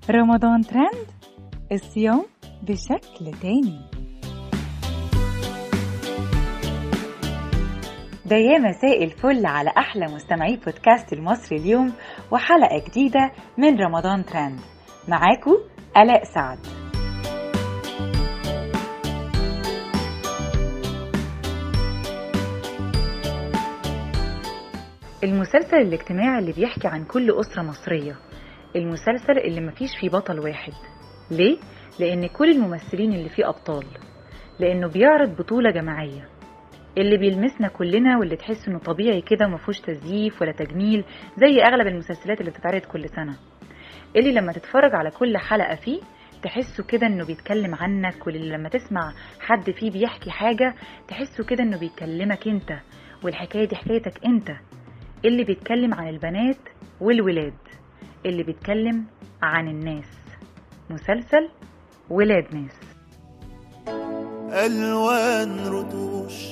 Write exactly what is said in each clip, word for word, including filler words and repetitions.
رمضان ترند، الصيام بشكل تاني. ده يا مساء الفل على أحلى مستمعي بودكاست المصري اليوم، وحلقة جديدة من رمضان ترند. معاكو آلاء سعد. المسلسل الاجتماعي اللي بيحكي عن كل أسرة مصرية، المسلسل اللي مفيش فيه بطل واحد. ليه؟ لأن كل الممثلين اللي فيه أبطال، لأنه بيعرض بطولة جماعية اللي بيلمسنا كلنا، واللي تحس انه طبيعي كده ومفهوش تزييف ولا تجميل زي أغلب المسلسلات اللي بتتعرض كل سنة، اللي لما تتفرج على كل حلقة فيه تحسه كده انه بيتكلم عنك، واللي لما تسمع حد فيه بيحكي حاجة تحسه كده انه بيكلمك انت، والحكاية دي حكايتك انت، اللي بيتكلم عن البنات والولاد، اللي بيتكلم عن الناس. مسلسل ولاد ناس. ألوان رتوش،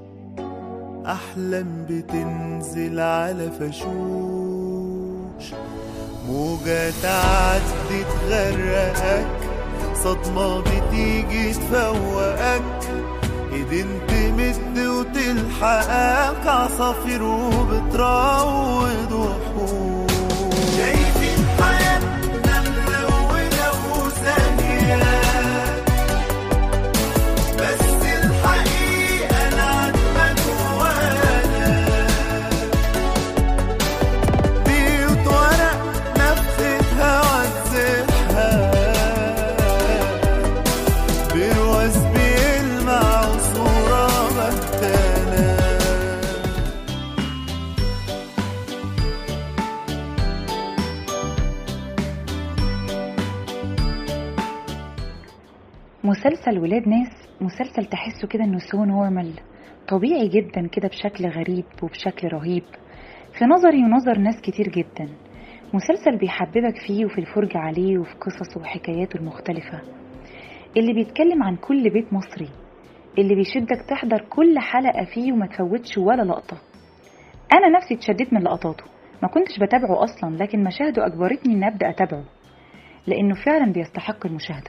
أحلام بتنزل على فشوش، موجة تعدي تغرقك، صدمة بتيجي تفوقك، ايدين تمد وتلحقك، عصافير وبتراود وحوش. شايفين حياتنا ملونة وثانيات، بس الحقيقة العتمة جوانا، بيوت ورق نفختها وتزحها، برواز بيلمع وصورة بهتانة. مسلسل ولاد ناس مسلسل تحسه كده انه سو نورمال، طبيعي جدا كده بشكل غريب وبشكل رهيب في نظري ونظر ناس كتير جدا. مسلسل بيحببك فيه وفي الفرجة عليه وفي قصصه وحكاياته المختلفة، اللي بيتكلم عن كل بيت مصري، اللي بيشدك تحضر كل حلقة فيه وما تفوتش ولا لقطة. انا نفسي اتشدت من لقطاته، ما كنتش بتابعه اصلا، لكن مشاهده اجبرتني ان ابدأ اتابعه لانه فعلا بيستحق المشاهدة.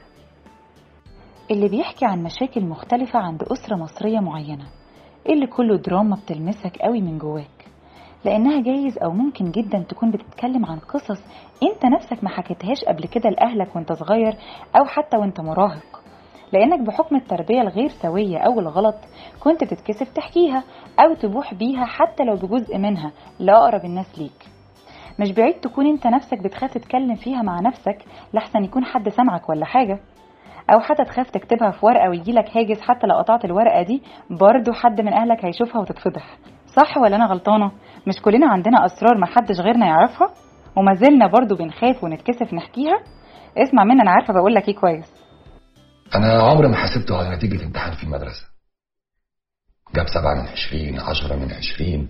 اللي بيحكي عن مشاكل مختلفة عند أسرة مصرية معينة، اللي كله دراما بتلمسك قوي من جواك، لأنها جايز أو ممكن جدا تكون بتتكلم عن قصص انت نفسك ما حكيتهاش قبل كده لأهلك وانت صغير أو حتى وانت مراهق، لأنك بحكم التربية الغير سوية أو الغلط كنت بتتكسف تحكيها أو تبوح بيها حتى لو بجزء منها لأقرب الناس ليك. مش بعيد تكون انت نفسك بتخاف تتكلم فيها مع نفسك لحسن يكون حد سمعك ولا حاجة، او حتى تخاف تكتبها في ورقة ويجيلك هاجس حتى لو قطعت الورقة دي برضو حد من اهلك هيشوفها وتتفضح. صح ولا انا غلطانة؟ مش كلنا عندنا اسرار محدش غيرنا يعرفها وما زلنا برضو بنخاف ونتكسف نحكيها؟ اسمع مني، انا عارفة بقولك ايه كويس. انا عمري ما حسبته على نتيجة امتحان في المدرسة، جاب سبعة من عشرين، عشرة من عشرين،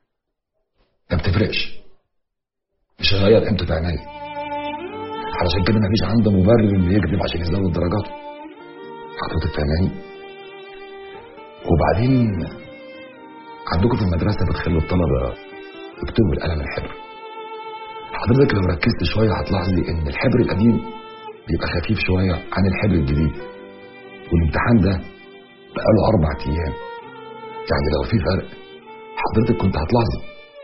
ما بتفرقش، مش هغير قيمته في عينيا. علشان كده مفيش عنده مبرر انه يكذب عشان يزود درجاته. حضرتك فاهماني؟ وبعدين عندكم في المدرسة بتخلوا الطلبة يكتبوا بالقلم الحبر. حضرتك لو ركزت شوية هتلاحظي ان الحبر القديم بيبقى خفيف شوية عن الحبر الجديد، والامتحان ده بقاله أربع أيام، يعني لو في فرق حضرتك كنت هتلاحظي.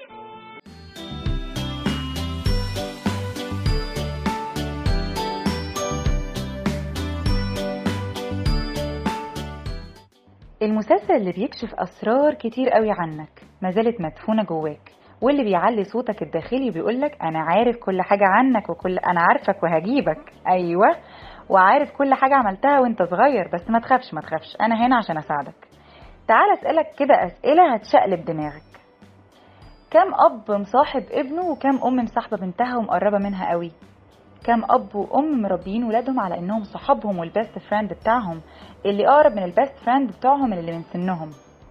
المسلسل اللي بيكشف أسرار كتير قوي عنك ما زالت مدفونة جواك، واللي بيعلي صوتك الداخلي وبيقولك أنا عارف كل حاجة عنك، وكل أنا عارفك وهجيبك، أيوة، وعارف كل حاجة عملتها وانت صغير، بس ما تخافش ما تخافش، أنا هنا عشان أساعدك. تعال أسألك كده أسئلة هتشقلب دماغك. كم أب مصاحب ابنه وكم أم مصاحبة بنتها ومقربة منها قوي؟ كم أب وأم مربيين ولادهم على إنهم صحابهم والبست فريند بتاعهم، اللي أقرب من البست فريند بتاعهم اللي من سنهم؟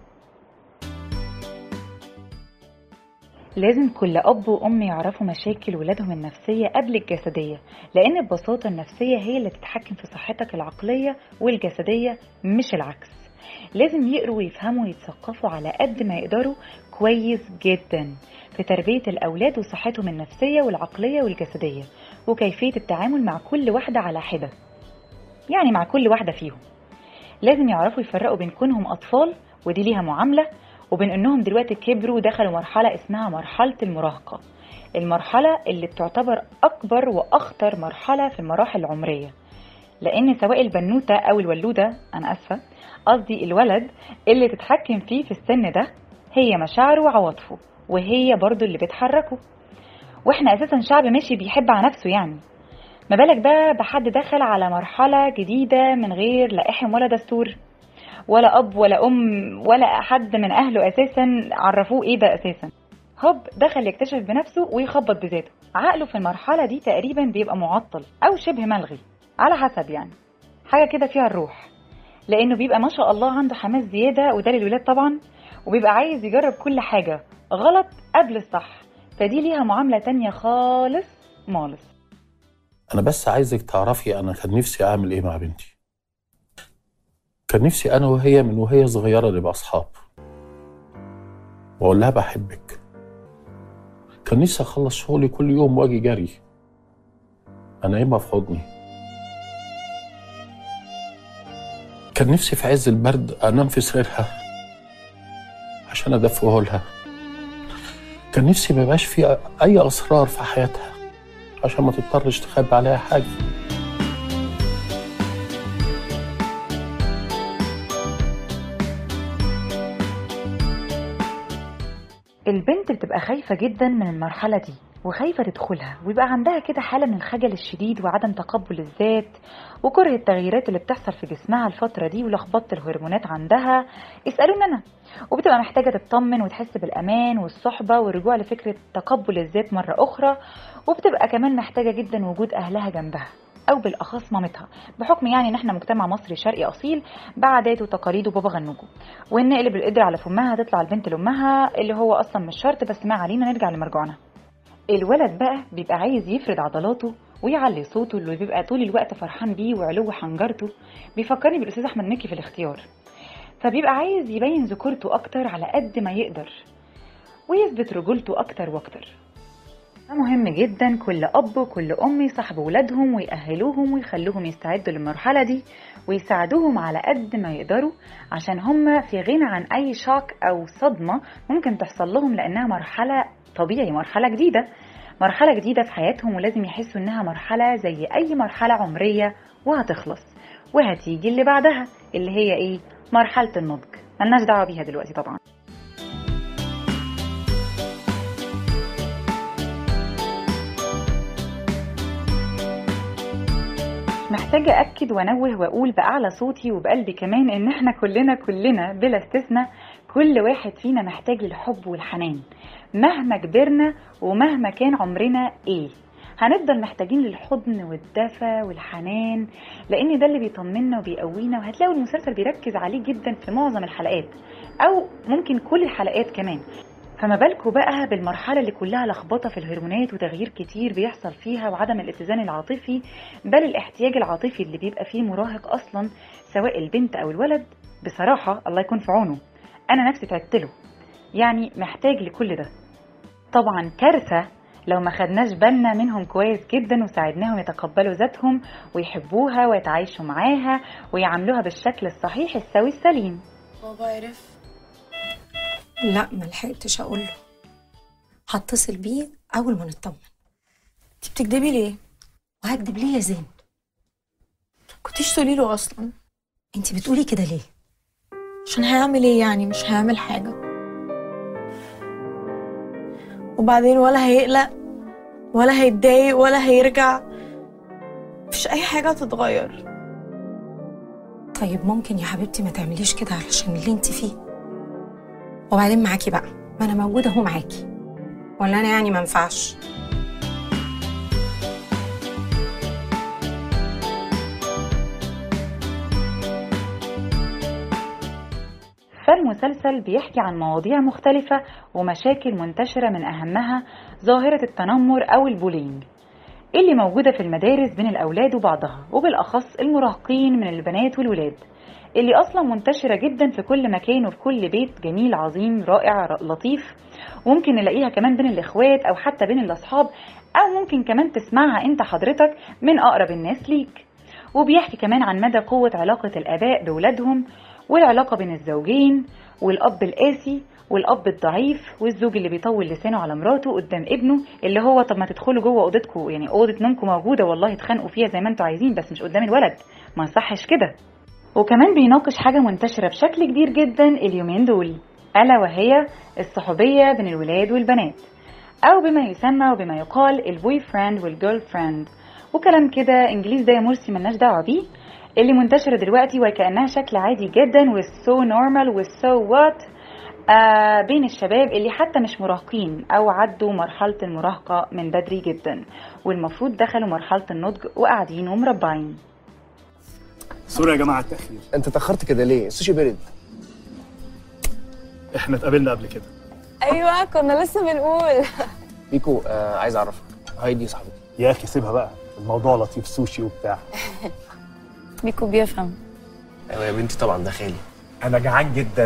لازم كل أب وأم يعرفوا مشاكل ولادهم النفسية قبل الجسدية، لأن ببساطة النفسية هي اللي تتحكم في صحتك العقلية والجسدية مش العكس. لازم يقروا ويفهموا ويتثقفوا على قد ما يقدروا كويس جدا في تربية الأولاد وصحتهم النفسية والعقلية والجسدية، وكيفية التعامل مع كل واحدة على حدة، يعني مع كل واحدة فيهم. لازم يعرفوا يفرقوا بين كونهم أطفال ودي ليها معاملة، وبين أنهم دلوقتي كبروا ودخلوا مرحلة اسمها مرحلة المراهقة، المرحلة اللي بتعتبر أكبر وأخطر مرحلة في المراحل العمرية، لأن سواء البنوتة أو الولودة، أنا أسفة قصدي الولد، اللي تتحكم فيه في السن ده هي مشاعره وعواطفه، وهي برضو اللي بتحركه. وإحنا أساسا شعب ماشي بيحب على نفسه، يعني ما بالك بقى بحد دخل على مرحلة جديدة من غير لا إحم ولا دستور ولا أب ولا أم ولا حد من أهله أساسا عرفوه إيه ده أساسا. هوب دخل يكتشف بنفسه ويخبط بذاته. عقله في المرحلة دي تقريبا بيبقى معطل أو شبه ملغي على حسب، يعني حاجة كده فيها الروح، لأنه بيبقى ما شاء الله عنده حماس زيادة، وده للولاد طبعا، وبيبقى عايز يجرب كل حاجة غلط قبل الصح، فدي ليها معاملة تانية خالص مالص. أنا بس عايزك تعرفي أنا كان نفسي أعمل إيه مع بنتي. كان نفسي أنا وهي من وهي صغيرة نبقى أصحاب، وأقول لها بحبك. كان نفسي أخلص شغلي كل يوم وأجي جري أنيمها في حضني. كان نفسي في عز البرد أنام في سريرها عشان أدفئه لها. كان نفسي ما يبقاش في أي أسرار في حياتها عشان ما تضطرش تخبي عليها حاجة. البنت بتبقى خايفة جدا من المرحلة دي وخايفة تدخلها، ويبقى عندها كده حالة من الخجل الشديد وعدم تقبل الذات وكره التغييرات اللي بتحصل في جسمها الفترة دي ولخبطة الهرمونات عندها. اسألوني أنا. وبتبقى محتاجة تطمن وتحس بالأمان والصحبة والرجوع لفكرة تقبل الذات مرة أخرى، وبتبقى كمان محتاجة جدا وجود أهلها جنبها أو بالأخص مامتها، بحكم يعني إن احنا مجتمع مصري شرقي أصيل بعادات وتقاليد وبابا غنوجه، وإن نقلب القدر على فمها تطلع البنت لأمها، اللي هو أصلا مش شرط، بس ما علينا نرجع لمرجعنا. الولد بقى بيبقى عايز يفرد عضلاته ويعلي صوته اللي بيبقى طول الوقت فرحان بيه وعلو حنجرته. بيفكرني بالأستاذ أحمد مكي في الاختيار، فبيبقى عايز يبين ذكورته أكتر على قد ما يقدر ويثبت رجولته أكتر وأكتر. مهم جدا كل أب وكل أم يصاحبوا ولادهم ويأهلوهم ويخلوهم يستعدوا للمرحلة دي ويساعدوهم على قد ما يقدروا، عشان هم في غنى عن أي شوك أو صدمة ممكن تحصل لهم، لأنها مرحلة طبيعي، مرحلة جديدة مرحلة جديدة في حياتهم، ولازم يحسوا إنها مرحلة زي أي مرحلة عمرية وهتخلص وهتيجي اللي بعدها اللي هي إيه؟ مرحلة النضج، ملناش دعوة بيها دلوقتي طبعا. محتاجة أكد وأنوه وأقول بأعلى صوتي وبقلبي كمان إن إحنا كلنا كلنا بلا استثناء كل واحد فينا محتاج للحب والحنان مهما كبرنا ومهما كان عمرنا إيه. هنفضل محتاجين للحضن والدفى والحنان، لأن ده اللي بيطمنا وبيقوينا، وهتلاقوا المسلسل بيركز عليه جدا في معظم الحلقات أو ممكن كل الحلقات كمان. فما بالكوا بقى بالمرحلة اللي كلها لخبطة في الهرمونات وتغيير كتير بيحصل فيها وعدم الاتزان العاطفي، بل الاحتياج العاطفي اللي بيبقى فيه مراهق أصلا سواء البنت أو الولد. بصراحة الله يكون في عونه، أنا نفسي تعبتله، يعني محتاج لكل ده. طبعا كارثة لو ما خدناش بالنا منهم كويس جدا وساعدناهم يتقبلوا ذاتهم ويحبوها ويتعايشوا معاها ويعاملوها بالشكل الصحيح السوي السليم. بابا عرف؟ لا ما لحقتش اقول له، هتصل بيه اول ما نطمن. انت بتكدبي ليه؟ وهكدب ليه يا زين؟ كنتيش تقولي له اصلا. انت بتقولي كده ليه؟ عشان هيعمل ايه يعني؟ مش هيعمل حاجه، وبعدين ولا هيقلق ولا هيتضايق ولا هيرجع، مفيش اي حاجه هتتغير. طيب ممكن يا حبيبتي ما تعمليش كده علشان اللي انت فيه، وبعدين معاكي بقى، ما انا موجوده اهو معاكي، ولا انا يعني ما ينفعش؟ فالمسلسل بيحكي عن مواضيع مختلفة ومشاكل منتشرة، من أهمها ظاهرة التنمر أو البولينج. اللي موجودة في المدارس بين الأولاد وبعضها، وبالأخص المراهقين من البنات والولاد، اللي أصلا منتشرة جدا في كل مكان وفي كل بيت جميل عظيم رائع لطيف، وممكن نلاقيها كمان بين الإخوات أو حتى بين الأصحاب، أو ممكن كمان تسمعها أنت حضرتك من أقرب الناس ليك. وبيحكي كمان عن مدى قوة علاقة الآباء بولادهم، والعلاقة بين الزوجين، والأب القاسي والأب الضعيف، والزوج اللي بيطول لسانه على مراته قدام ابنه، اللي هو طب ما تدخلوا جوه أوضتكم، يعني أوضة نومكم موجودة والله تخانقوا فيها زي ما انتوا عايزين، بس مش قدام الولد، ما يصحش كده. وكمان بيناقش حاجة منتشرة بشكل كبير جدا اليومين دول، ألا وهي الصحوبية بين الولاد والبنات، أو بما يسمى وبما يقال البوي فريند والجيرل فريند، وكلام كده إنجليز ده يا مرسي ملناش دعوة بيه، اللي منتشرة دلوقتي وكأنها شكل عادي جدا والسو نورمال والسو وات آه بين الشباب اللي حتى مش مراهقين أو عدوا مرحلة المراهقة من بدري جدا، والمفروض دخلوا مرحلة النضج وقاعدين ومربعين. سوري يا جماعة التأخير. انت تأخرت كده ليه؟ السوشي برد. احنا اتقابلنا قبل كده. ايوه كنا لسه بنقول. بيكو آه عايز اعرفك، هايدي صاحبتي. يا اخي سيبها بقى، الموضوع لطيف، سوشي وبتاع. بيكو بيفهم. ايوه يا بنتي طبعا ده خالي. انا جعان جدا.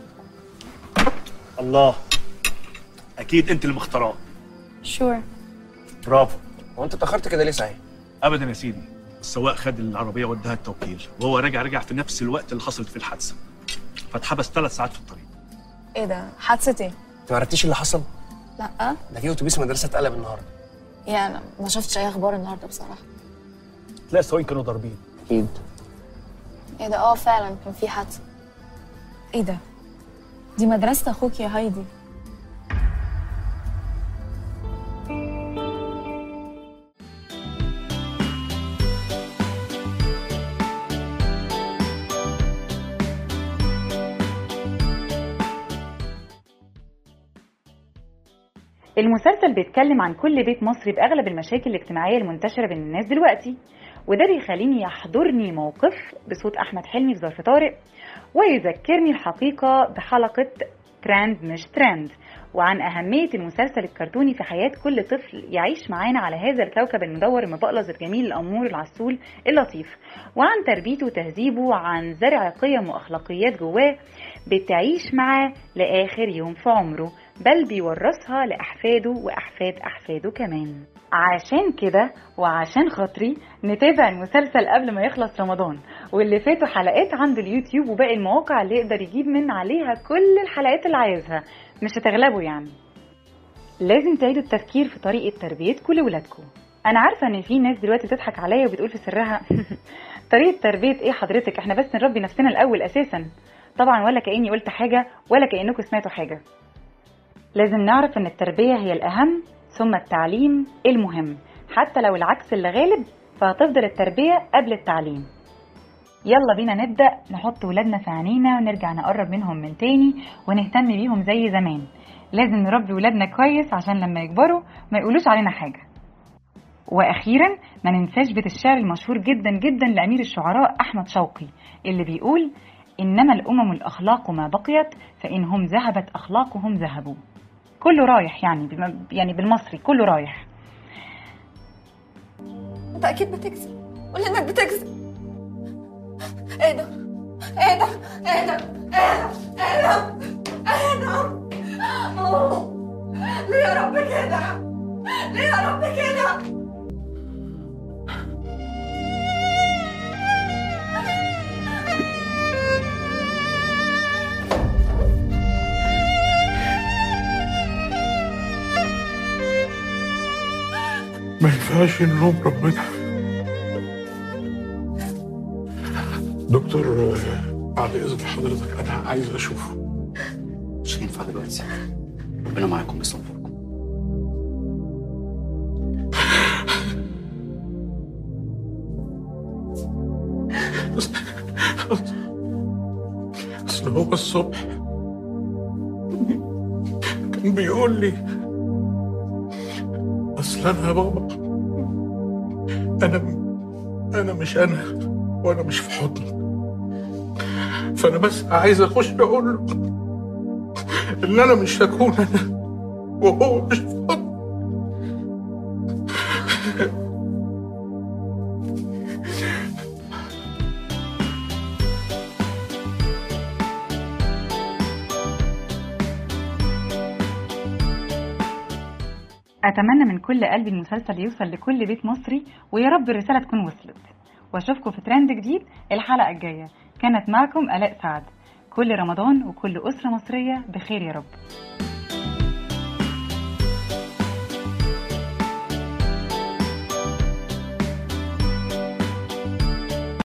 الله، اكيد انت اللي مختاراه. شور. برافو. هو انت اتأخرت كده ليه صحيح؟ ابدا يا سيدي، السواق خد العربيه وداها التوكيل، وهو راجع رجع في نفس الوقت اللي حصلت فيه الحادثه، فاتحبس ثلاث ساعات في الطريق. ايه ده؟ حادثة ايه؟ انت ما عرفتيش اللي حصل؟ لا. ده في اتوبيس مدرسه اتقلب النهارده. يعني انا ما شفتش اي اخبار النهارده بصراحه. تلاقي السواقين كانوا ضاربين. اكيد. ايه ده؟ اه فعلا كان في حادثه. ايه ده؟ دي مدرسه اخوك يا هايدي. المسلسل بيتكلم عن كل بيت مصري بأغلب المشاكل الاجتماعية المنتشرة بين الناس دلوقتي، وده بيخليني يحضرني موقف بصوت أحمد حلمي في ظرف طارق، ويذكرني الحقيقة بحلقة ترند مش ترند، وعن أهمية المسلسل الكرتوني في حياة كل طفل يعيش معانا على هذا الكوكب المدور المبقلظ الجميل الأمور العسول اللطيف، وعن تربيته وتهذيبه، عن زرع قيم وأخلاقيات جواه بتعيش معاه لآخر يوم في عمره، بل بيورثها لأحفاده وأحفاد أحفاده كمان. عشان كده وعشان خاطري نتابع المسلسل قبل ما يخلص رمضان، واللي فاتوا حلقات عنده اليوتيوب وباقي المواقع اللي يقدر يجيب من عليها كل الحلقات اللي عايزها، مش هتغلبوا يعني. لازم تعيدوا التفكير في طريقة تربية كل ولادكم. أنا عارفة إن في ناس دلوقتي بتضحك عليا وبتقول في سرها طريقة تربية إيه حضرتك؟ إحنا بس نربي نفسنا الأول أساسا. طبعا ولا كأني قلت حاجة ولا كأنكم سمعتوا حاجة. لازم نعرف ان التربية هي الأهم، ثم التعليم المهم، حتى لو العكس اللي غالب فهتفضل التربية قبل التعليم. يلا بينا نبدأ نحط ولادنا في عينينا ونرجع نقرب منهم من تاني ونهتم بيهم زي زمان. لازم نربي ولادنا كويس عشان لما يكبروا ما يقولوش علينا حاجة. وأخيرا ما ننساش بيت الشعر المشهور جدا جدا لأمير الشعراء أحمد شوقي اللي بيقول: إنما الأمم الأخلاق ما بقيت فإنهم ذهبت أخلاقهم ذهبوا. كله رايح يعني يعني بالمصري كله رايح. انت اكيد بتكذب، قول انك بتكذب. ايه ده؟ ايه ده؟ ايه ده؟ ايه ده؟ ايه ده؟ ايه ده؟ اوه ليه يا رب كده؟ ليه يا رب كده؟ ما ينفعش نلوم ربنا. دكتور بعد اذن حضرتك انا عايز اشوفه. مش هينفع دلوقتي، ربنا معاكم بيصبركم. اصل هو الصبح كان بيقول لي اصل انا يا بابا انا انا مش انا وانا مش في حضنك، فانا بس عايز اخش اقول له ان انا مش هكون انا وهو مش في حضنك. اتمنى من كل قلبي المسلسل يوصل لكل بيت مصري، ويا رب الرساله تكون وصلت. واشوفكم في ترند جديد الحلقه الجايه. كانت معكم آلاء سعد. كل رمضان وكل اسره مصريه بخير يا رب.